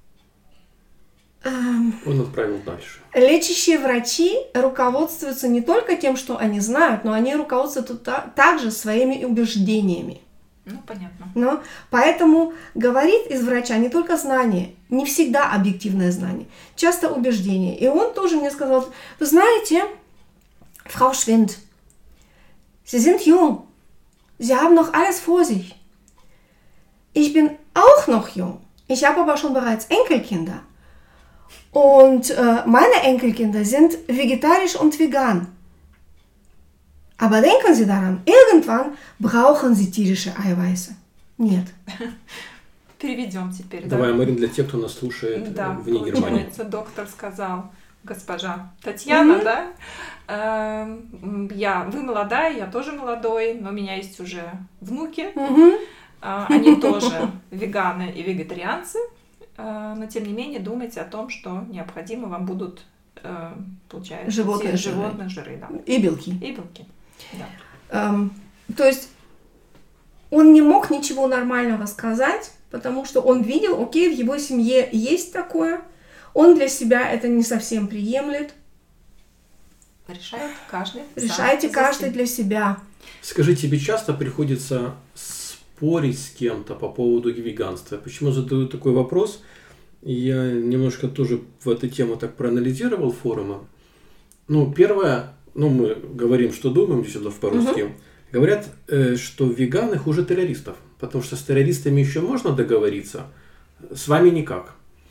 эм, Он отправил дальше. Лечащие врачи руководствуются не только тем, что они знают, но они руководствуются та- также своими убеждениями. Ну, понятно. Но поэтому говорит из врача не только знание, не всегда объективное знание, часто убеждение. И он тоже мне сказал, вы знаете, Frau Schwind, Sie sind jung, Sie haben noch alles vor sich. Ich bin auch noch jung. Ich habe aber schon bereits Enkelkinder. Und äh, meine Enkelkinder sind vegetarisch und vegan. Aber denken Sie daran, irgendwann brauchen Sie tierische Eiweiße. Нет. Переведем теперь. Давай, да? Марин, для тех, кто нас слушает Да, э, вне Германии. получается, доктор сказал, госпожа Татьяна, Мгм. да. Э, Я, вы молодая, я тоже молодой, но у меня есть уже внуки. Мгм. А, Они тоже веганы и вегетарианцы, а, но тем не менее думайте о том, что необходимо вам будут, э, получается, Животные те жиры. животные жиры, да, И белки. и белки. Да. Эм, то есть он не мог ничего нормального сказать, потому что он видел, окей, в его семье есть такое, он для себя это не совсем приемлет. Решает каждый. сам Решайте за каждый себя. для себя. Скажи, тебе часто приходится спорить с кем-то по поводу веганства? Почему задаю такой вопрос? Я немножко тоже в эту тему так проанализировал форумы. Ну, первое, ну, мы говорим, что думаем, здесь это по-русски. Говорят, э, что веганы хуже террористов, потому что с террористами еще можно договориться, с вами никак.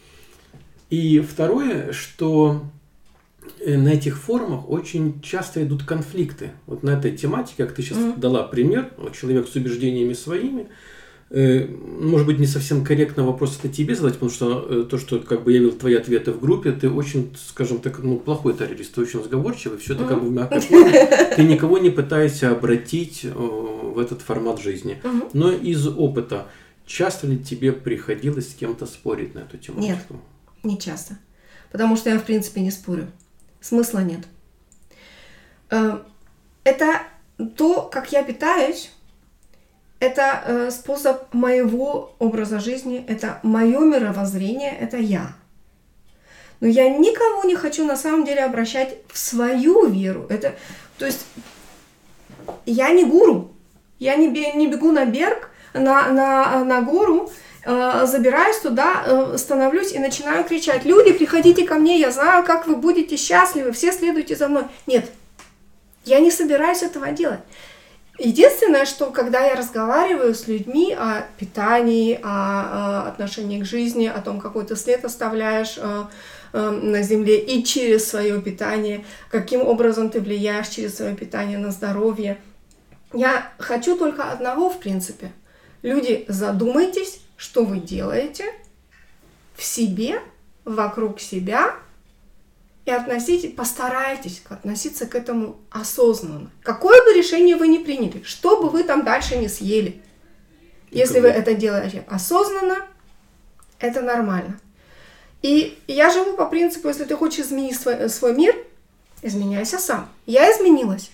И второе, что э, на этих форумах очень часто идут конфликты. Вот на этой тематике, как ты сейчас Мгм. дала пример, вот человек с убеждениями своими, э, может быть, не совсем корректно вопрос это тебе задать, потому что э, то, что как бы я видел твои ответы в группе, ты очень, скажем так, ну, плохой террорист, ты очень разговорчивый, все это как бы в мягкой форме, ты никого не пытаешься обратить э, в этот формат жизни. Мгм. Но из опыта, часто ли тебе приходилось с кем-то спорить на эту тематику? Не часто. Потому что я, в принципе, не спорю. Смысла нет. Э, Это то, как я питаюсь, это э, способ моего образа жизни, это мое мировоззрение, это я. Но я никого не хочу на самом деле обращать в свою веру. Это, то есть я не гуру, я не, бе- не бегу на берег, на, на, на гору, э, забираюсь туда, э, становлюсь и начинаю кричать: люди, приходите ко мне, я знаю, как вы будете счастливы, все следуйте за мной. Нет, я не собираюсь этого делать. Единственное, что когда я разговариваю с людьми о питании, о, о отношении к жизни, о том, какой ты след оставляешь э, э, на земле и через свое питание, каким образом ты влияешь через свое питание на здоровье, я хочу только одного, в принципе. Люди, задумайтесь, что вы делаете в себе, вокруг себя, и относитесь, постарайтесь относиться к этому осознанно. Какое бы решение вы ни приняли, что бы вы там дальше не съели, если вы это делаете осознанно, это нормально. И я живу по принципу, если ты хочешь изменить свой, свой мир, изменяйся сам. Я изменилась.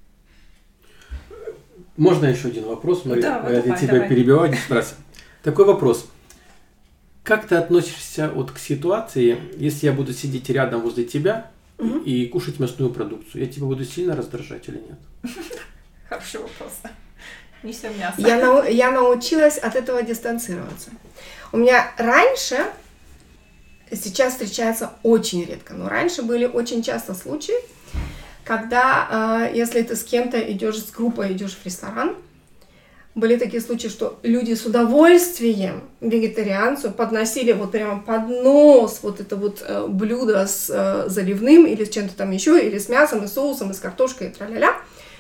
Можно еще один вопрос, Мария? Да, я давай, тебя давай. перебиваю десять раз. Такой вопрос. Как ты относишься вот к ситуации, если я буду сидеть рядом возле тебя Мгм. и кушать мясную продукцию? Я тебя буду сильно раздражать или нет? Хороший вопрос. Несем мясо. Я, нау- я научилась от этого дистанцироваться. У меня раньше, сейчас встречается очень редко, но раньше были очень часто случаи, когда, э, если ты с кем-то идешь, с группой идешь в ресторан, были такие случаи, что люди с удовольствием вегетарианцу подносили вот прямо поднос, вот это вот э, блюдо с э, заливным или с чем-то там еще, или с мясом, и соусом, и с картошкой, и тра-ля-ля.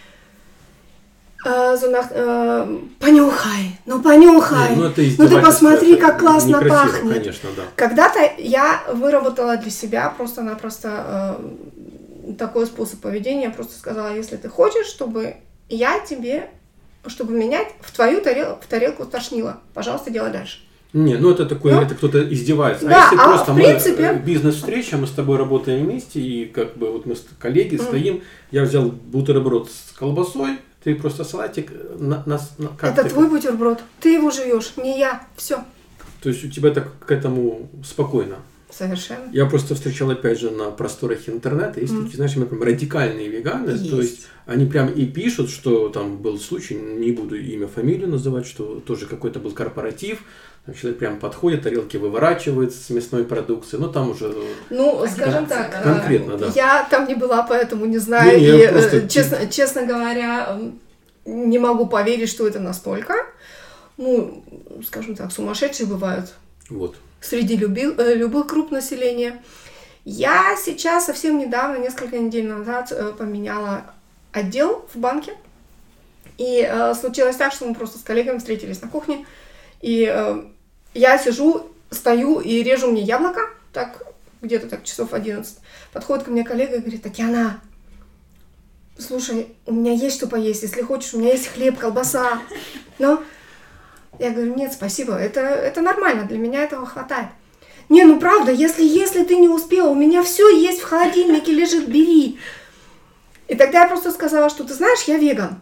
Э, Зунах, э, понюхай, ну понюхай, Не, ну, это ну ты издевательство, посмотри, это как классно некрасиво, пахнет. Конечно, да. Когда-то я выработала для себя просто-напросто э, такой способ поведения. Я просто сказала: если ты хочешь, чтобы я тебе, чтобы менять в твою тарел, в тарелку тошнило, пожалуйста, делай дальше. Не, ну это такое, Ну, это кто-то издевается. да, а если а просто в мы принципе- э, бизнес-встреча, мы с тобой работаем вместе, и как бы вот мы с коллеги Мгм. стоим, я взял бутерброд с колбасой, ты просто салатик на, на, на- как Это ты- твой бутерброд, ты его жуешь, не я. Все. То есть у тебя так к этому спокойно. Совершенно. Я просто встречал, опять же, на просторах интернета, есть Мгм. такие, знаешь, например, радикальные веганы, Есть. то есть они прям и пишут, что там был случай, не буду имя, фамилию называть, что тоже какой-то был корпоратив, там человек прям подходит, тарелки выворачивает с мясной продукции, ну там уже... Ну, Конкретно, скажем так, да. э, Конкретно, да. я там не была, поэтому не знаю. Не, и, я э, просто- честно, честно говоря, м, не могу поверить, что это настолько. Ну, скажем так, сумасшедшие бывают Вот. среди люби- э, любых групп населения. Я сейчас совсем недавно, несколько недель назад, э, поменяла отдел в банке. И э, случилось так, что мы просто с коллегами встретились на кухне. И э, я сижу, стою и режу мне яблоко. Так где-то так часов одиннадцать. Подходит ко мне коллега и говорит: Татьяна, слушай, у меня есть что поесть, если хочешь, у меня есть хлеб, колбаса. Но я говорю: нет, спасибо, это, это нормально, для меня этого хватает. Не, ну правда, если, если ты не успела, у меня все есть в холодильнике, лежит, бери. И тогда я просто сказала, что ты знаешь, я веган.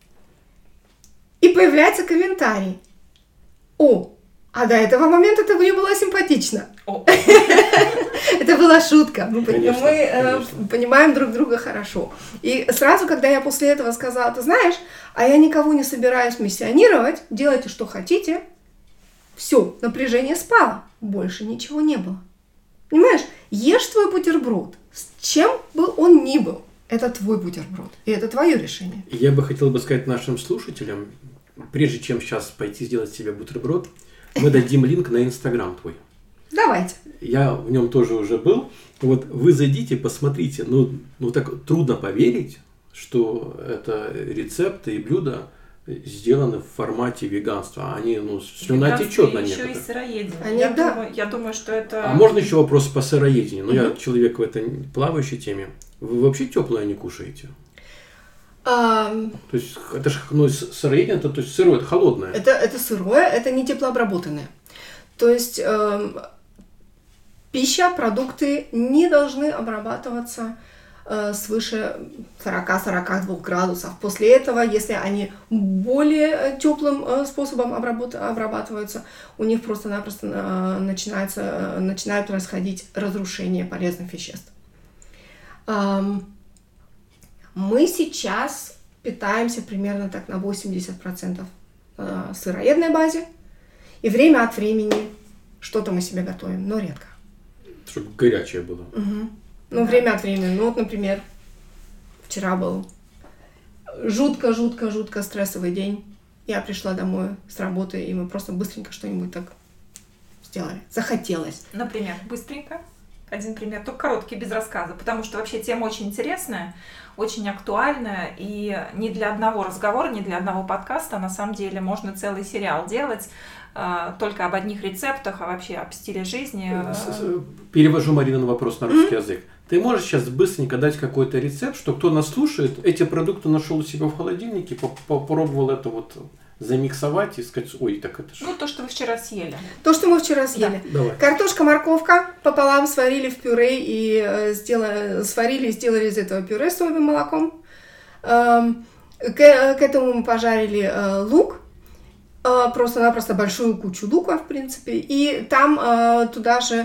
И появляется комментарий: о, а до этого момента ты мне была симпатична. Это была шутка. Мы понимаем друг друга хорошо. И сразу, когда я после этого сказала: ты знаешь, а я никого не собираюсь миссионировать, делайте, что хотите, все, напряжение спало, больше ничего не было. Понимаешь, ешь твой бутерброд, с чем бы он ни был, это твой бутерброд, и это твое решение. Я бы хотел бы сказать нашим слушателям, прежде чем сейчас пойти сделать себе бутерброд, мы дадим линк на Инстаграм твой. Давайте. Я в нем тоже уже был. Вот вы зайдите, посмотрите. Ну, ну так трудно поверить, что это рецепты и блюда сделаны в формате веганства. Они, ну, слюна течет на некоторых. Еще и сыроедение. Они, я, да. думаю, я думаю, что это... А можно еще вопрос по сыроедению? Ну, я человек в этой плавающей теме. Вы вообще теплое не кушаете? Um, то есть это же, ну, сыроедение, это, то есть сырое, это холодное. Это, это сырое, это не теплообработанное. То есть эм, пища, продукты не должны обрабатываться э, свыше сорок-сорок два градусов. После этого, если они более теплым э, способом обработ- обрабатываются, у них просто-напросто э, начинается, э, начинает происходить разрушение полезных веществ. Эм, Мы сейчас питаемся примерно так на восемьдесят процентов сыроедной базе. И время от времени что-то мы себе готовим, но редко. Чтобы горячее было. Угу. Ну, да. Время от времени. Ну, вот, например, вчера был жутко-жутко-жутко стрессовый день. Я пришла домой с работы, и мы просто быстренько что-нибудь так сделали. Захотелось. Например, быстренько? Один пример, только короткий, без рассказа, потому что вообще тема очень интересная, очень актуальная, и не для одного разговора, не для одного подкаста, на самом деле можно целый сериал делать э, только об одних рецептах, а вообще об стиле жизни. Перевожу, Марина, на вопрос на русский mm-hmm. язык. Ты можешь сейчас быстренько дать какой-то рецепт, что кто нас слушает, эти продукты нашел у себя в холодильнике, попробовал это вот замиксовать и сказать: ой, так это же... Ну, то, что вы вчера съели. То, что мы вчера съели. Да. Картошка, морковка пополам сварили в пюре и э, сделали, сварили и сделали из этого пюре с соевым молоком. Эм, к, к этому мы пожарили э, лук, э, просто-напросто большую кучу лука, в принципе, и там э, туда же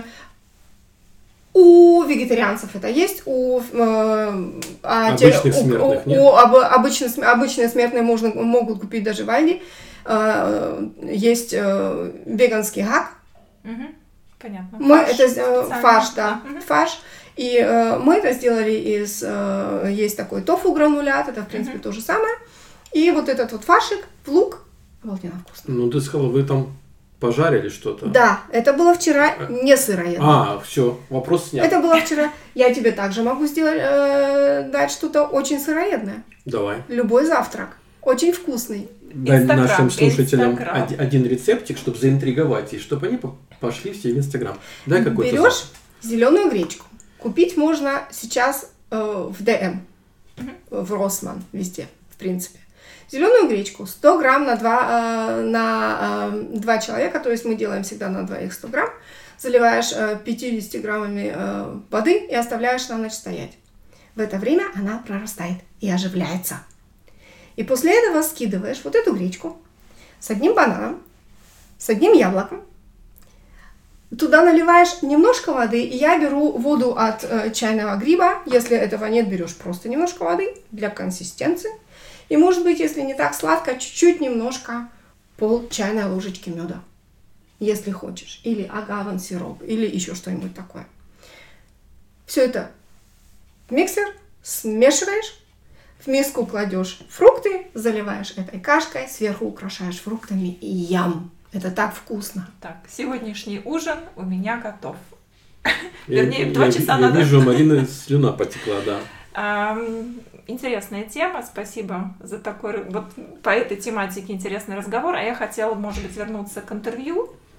у вегетарианцев это есть, у, э, а обычных те, смертных у, нет? У, об, обычно, обычные смертные можно, могут купить даже в Альди. Э, есть э, веганский гак. Угу. Понятно. Мы фарш, это э, фарш, да, угу. фарш. И э, мы это сделали из, э, есть такой тофу гранулят, это в принципе угу. то же самое. И вот этот вот фаршик в лук, обалденно вкусно. Ну ты сказала, вы там пожарили что-то? Да, это было вчера не сыроедное. А, все, вопрос снят. Это было вчера. Я тебе также могу сделать, э, дать что-то очень сыроедное. Давай. Любой завтрак. Очень вкусный. Дай Инстаграм, нашим слушателям Инстаграм. один, один рецептик, чтобы заинтриговать, и чтобы они пошли все в Инстаграм. Дай какой-то. Берешь завтрак. зеленую гречку. Купить можно сейчас э, в ДМ, угу. в Росман, везде, в принципе. Зеленую гречку сто грамм на два, э, на э, два человека, то есть мы делаем всегда на двоих сто грамм, заливаешь э, пятьдесят граммами э, воды и оставляешь на ночь стоять. В это время она прорастает и оживляется. И после этого скидываешь вот эту гречку с одним бананом, с одним яблоком, туда наливаешь немножко воды, и я беру воду от э, чайного гриба, если этого нет, берешь просто немножко воды для консистенции. И, может быть, если не так сладко, чуть-чуть немножко пол чайной ложечки меда, если хочешь. Или агаван сироп, или еще что-нибудь такое. Все это в миксер смешиваешь, в миску кладешь фрукты, заливаешь этой кашкой, сверху украшаешь фруктами и ям. Это так вкусно. Так, сегодняшний ужин у меня готов. Я, Вернее, два я, часа я надо. вижу, Марина слюна потекла, да. Интересная тема, спасибо за такой, вот по этой тематике интересный разговор. А я хотела, может быть, вернуться к интервью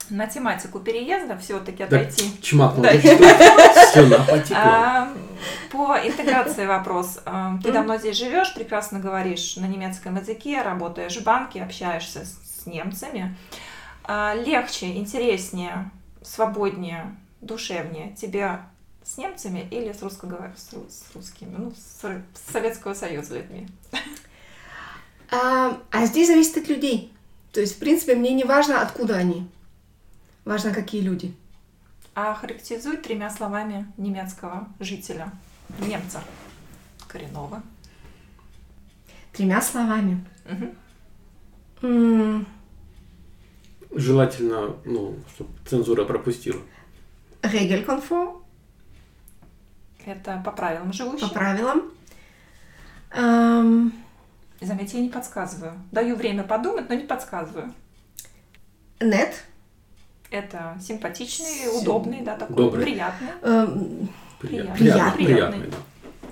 на тематику переезда все-таки Да, отойти. чмакнул. Да. Слюна потекла. А, по интеграции вопрос. А, Ты давно здесь живешь, прекрасно говоришь на немецком языке, работаешь в банке, общаешься с, с немцами. А, Легче, интереснее, свободнее, душевнее тебе с немцами или с, русско- с, ру- с русскими, ну, с, Р- с Советского Союза людьми? А, а здесь зависит от людей. То есть, в принципе, мне не важно, откуда они. Важно, какие люди. А характеризуй тремя словами немецкого жителя, немца коренного. Тремя словами. Мгм. М, Желательно, ну, чтобы цензура пропустила. Regelkonform, Это по правилам живущий. по правилам. Ам, Заметьте, я не подсказываю. Даю время подумать, но не подсказываю. Нет. Это симпатичный, Сим- удобный, да, такой добрый. приятный. Эм, Приятно. Приятный. Приятный, приятный, да.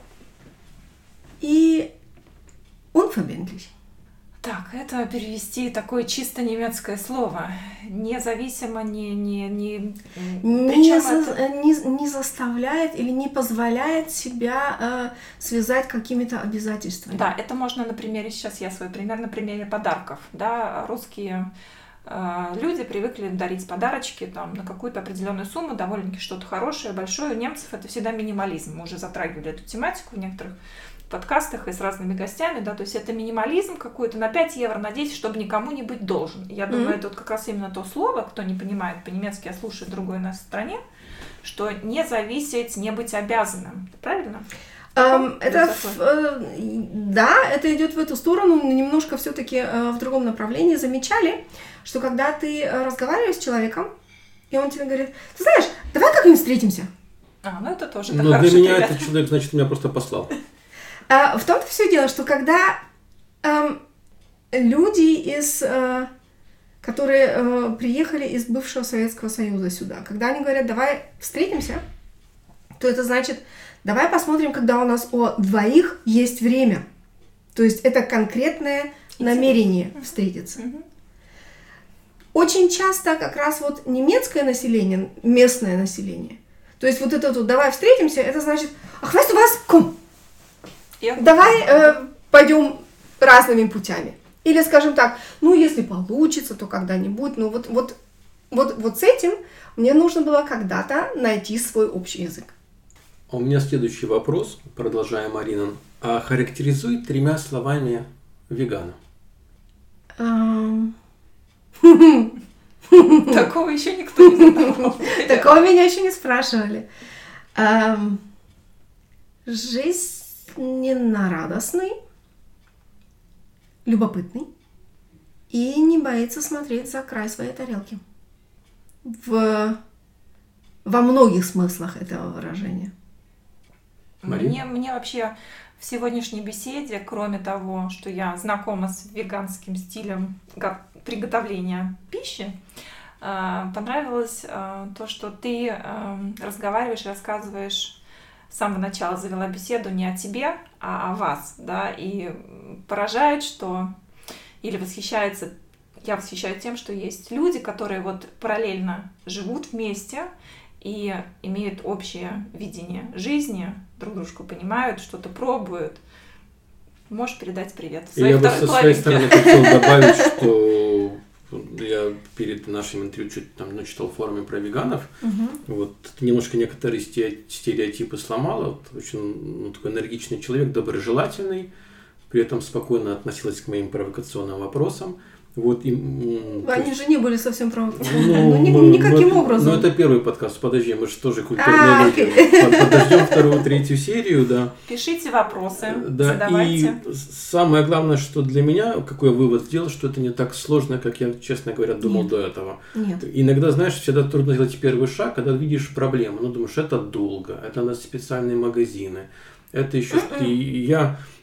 И unverbindlich. Так, это перевести такое чисто немецкое слово. Независимо, не... не, не... Не, Причем за- это- не, не заставляет или не позволяет себя э, связать какими-то обязательствами. Да, это можно на примере, сейчас я свой пример, на примере подарков. Да, русские э, люди привыкли дарить подарочки там, на какую-то определенную сумму, довольно-таки что-то хорошее, большое. У немцев это всегда минимализм. Мы уже затрагивали эту тематику в некоторых подкастах и с разными гостями, да, то есть это минимализм какой-то на пять евро, на десять, чтобы никому не быть должен. Я думаю, Мгм. это вот как раз именно то слово, кто не понимает по-немецки, а слушает другой на стране, что не зависеть, не быть обязанным. Правильно? Эм, это, такое? в- э, да, это идет в эту сторону, но немножко все-таки в другом направлении. Замечали, что когда ты э, разговариваешь с человеком, и он тебе говорит: ты знаешь, давай как-нибудь встретимся. А, ну это тоже Но так для хороший меня пример. этот человек, значит, меня просто послал. А, в том-то все дело, что когда эм, люди, из, э, которые э, приехали из бывшего Советского Союза сюда, когда они говорят: давай встретимся, то это значит: давай посмотрим, когда у нас у двоих есть время. То есть это конкретное намерение встретиться. Мгм. Очень часто как раз вот немецкое население, местное население, то есть вот это вот «давай встретимся», это значит: ах, weißt du was, komm, Я- давай э, пойдем разными путями. Или, скажем так, ну, если получится, то когда-нибудь. Ну, вот, вот, вот, вот с этим мне нужно было когда-то найти свой общий язык. А у меня следующий вопрос, продолжая Марина. А характеризуй тремя словами вегана. Ам, Такого еще никто не задавал. Такого меня еще не спрашивали. Ам, Жизненно-радостный, любопытный и не боится смотреть за край своей тарелки. В, во многих смыслах этого выражения. Марина? Мне, мне вообще в сегодняшней беседе, кроме того, что я знакома с веганским стилем го- приготовления пищи, э, понравилось э, то, что ты э, разговариваешь и рассказываешь, с самого начала завела беседу не о тебе, а о вас, да, и поражает, что или восхищается, я восхищаюсь тем, что есть люди, которые вот параллельно живут вместе и имеют общее видение жизни, друг дружку понимают, что-то пробуют. Можешь передать привет И своей я бы второй со своей половинке. стороны хотел добавить, что я перед нашим интервью чуть там начитал в форуме про веганов. Вот ты немножко некоторые сте- стереотипы сломала. Вот, очень ну, такой энергичный человек, доброжелательный, при этом спокойно относилась к моим провокационным вопросам. Вот, и, м, то Они есть- же не были совсем провокационными. Ну, Ну, ни- мы- никаким ну, это- образом. Ну, это первый подкаст, подожди, мы же тоже А, культурные люди. окей. Под- Подождем вторую, третью серию, да. Пишите вопросы, Да, задавайте. и самое главное, что для меня, какой я вывод сделал, что это не так сложно, как я, честно говоря, думал Нет. до этого. Нет. Иногда, знаешь, всегда трудно сделать первый шаг, когда видишь проблему. Ну, думаешь, это долго, это на специальные магазины, это еще... что-то. И я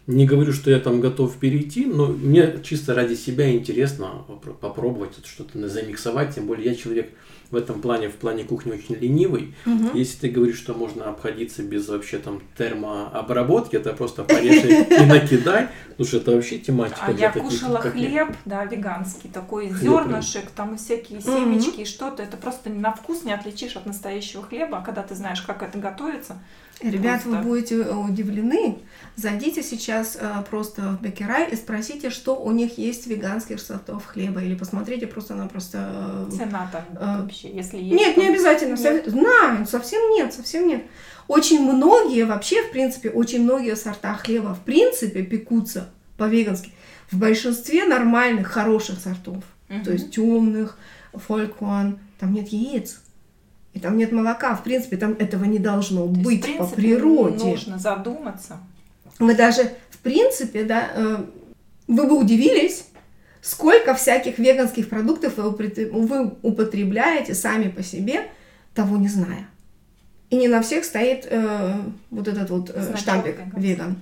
Не говорю, что я там готов перейти, но мне чисто ради себя интересно попробовать что-то замиксовать. Тем более я человек в этом плане, в плане кухни очень ленивый. Угу. Если ты говоришь, что можно обходиться без вообще там термообработки, это просто порежь и накидай, потому что это вообще тематика. А я кушала хлеб, да, веганский, такой из зернышек, там всякие семечки и что-то. Это просто на вкус не отличишь от настоящего хлеба, а когда ты знаешь, как это готовится. Ребят, просто... вы будете удивлены. Зайдите сейчас э, просто в Бекерай и спросите, что у них есть веганских сортов хлеба. Или посмотрите просто-напросто... Э, Цена там э, вообще, если есть... Нет, то... не обязательно. Нет. Знаю, совсем нет, совсем нет. Очень многие, вообще, в принципе, очень многие сорта хлеба, в принципе, пекутся по-вегански. В большинстве нормальных, хороших сортов. Uh-huh. То есть темных, фолькван, там нет яиц. И там нет молока, в принципе, там этого не должно То быть есть, в принципе, по природе. Нужно задуматься. Вы даже, в принципе, да, э, вы бы удивились, сколько всяких веганских продуктов вы, вы употребляете сами по себе, того не зная. И не на всех стоит э, вот этот вот э, штампик веган.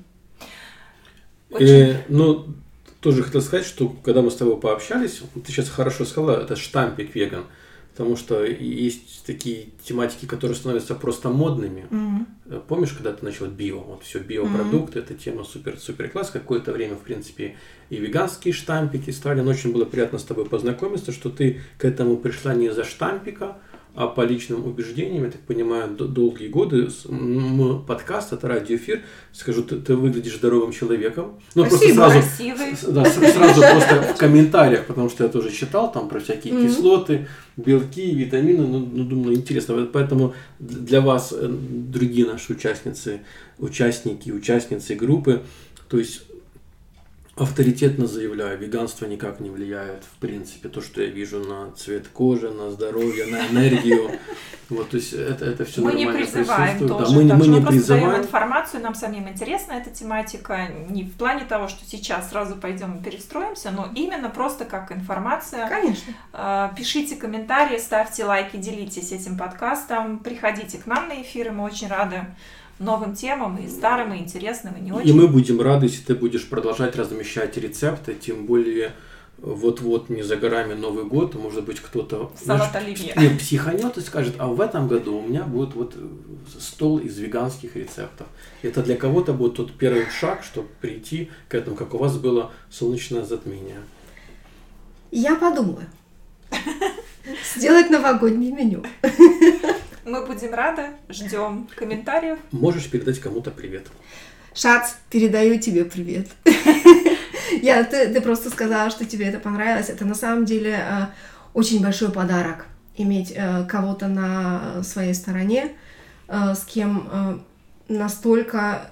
Э, ну, тоже хотел сказать, что когда мы с тобой пообщались, ты сейчас хорошо сказала, это штампик веган. Потому что есть такие тематики, которые становятся просто модными. Mm-hmm. Помнишь, когда ты начала био? Вот все, биопродукты, mm-hmm. эта тема супер-супер класс. Какое-то время, в принципе, и веганские штампики стали. Но очень было приятно с тобой познакомиться, что ты к этому пришла не из-за штампика, а по личным убеждениям. Я так понимаю, долгие годы подкаст, это радиоэфир. Скажу, ты, ты выглядишь здоровым человеком. Ну, Спасибо. Просто сразу, Красивый. да, сразу просто в комментариях, потому что я тоже читал там про всякие mm-hmm. кислоты, белки, витамины. Ну, ну, думаю, интересно. Поэтому для вас, другие наши участницы, участники, участницы группы, то есть авторитетно заявляю, веганство никак не влияет, в принципе, то, что я вижу на цвет кожи, на здоровье, на энергию. Вот, то есть это, это все мы нормально не призываем присутствует. тоже, Да, мы, так мы что не мы просто призываем. даем информацию, нам самим интересна эта тематика, не в плане того, что сейчас сразу пойдем и перестроимся, но именно просто как информация. Конечно. Пишите комментарии, ставьте лайки, делитесь этим подкастом, приходите к нам на эфиры, мы очень рады новым темам, и старым, и интересным, и не очень. И мы будем рады, если ты будешь продолжать размещать рецепты, тем более вот-вот не за горами Новый год, может быть, кто-то салат оливье психанет и скажет, а в этом году у меня будет вот стол из веганских рецептов. Это для кого-то будет тот первый шаг, чтобы прийти к этому, как у вас было солнечное затмение. Я подумаю. Сделать новогоднее меню. Мы будем рады, ждем комментариев. Можешь передать кому-то привет. Шац, передаю тебе привет. Я, ты, ты просто сказала, что тебе это понравилось. Это на самом деле э, очень большой подарок. Иметь э, кого-то на своей стороне, э, с кем э, настолько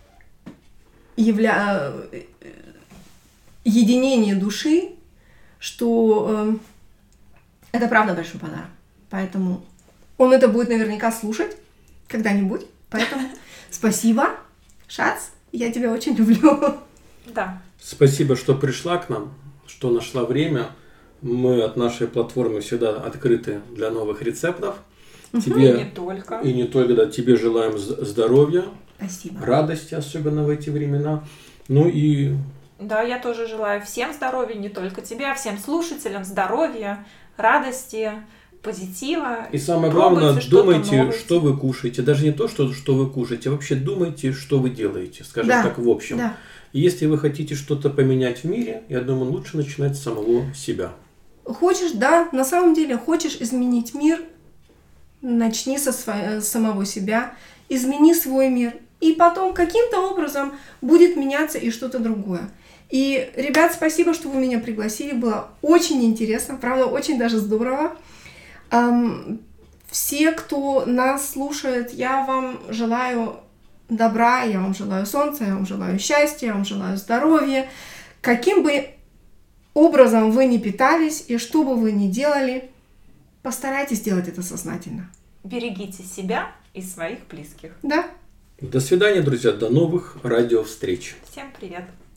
явля... э, единение души, что э, это правда большой подарок. Поэтому он это будет наверняка слушать когда-нибудь. Поэтому спасибо, Шац, я тебя очень люблю. Да. Спасибо, что пришла к нам, что нашла время. Мы от нашей платформы всегда открыты для новых рецептов. Тебе, и не только. И не только, да, тебе желаем здоровья, спасибо. Радости, особенно в эти времена. Ну и... Да, я тоже желаю всем здоровья, не только тебе, а всем слушателям здоровья, радости, позитива. И самое главное, думайте, что вы кушаете. Даже не то, что, что вы кушаете, а вообще думайте, что вы делаете, скажем да, так, в общем. Да. И если вы хотите что-то поменять в мире, я думаю, лучше начинать с самого себя. Хочешь, да, на самом деле, хочешь изменить мир, начни со сво- самого себя, измени свой мир, и потом каким-то образом будет меняться и что-то другое. И, ребят, спасибо, что вы меня пригласили, было очень интересно, правда, очень даже здорово. Эм, все, кто нас слушает, я вам желаю добра, я вам желаю солнца, я вам желаю счастья, я вам желаю здоровья. Каким бы образом вы ни питались и что бы вы ни делали, постарайтесь делать это сознательно. Берегите себя и своих близких. Да. До свидания, друзья, до новых радиовстреч. Всем привет.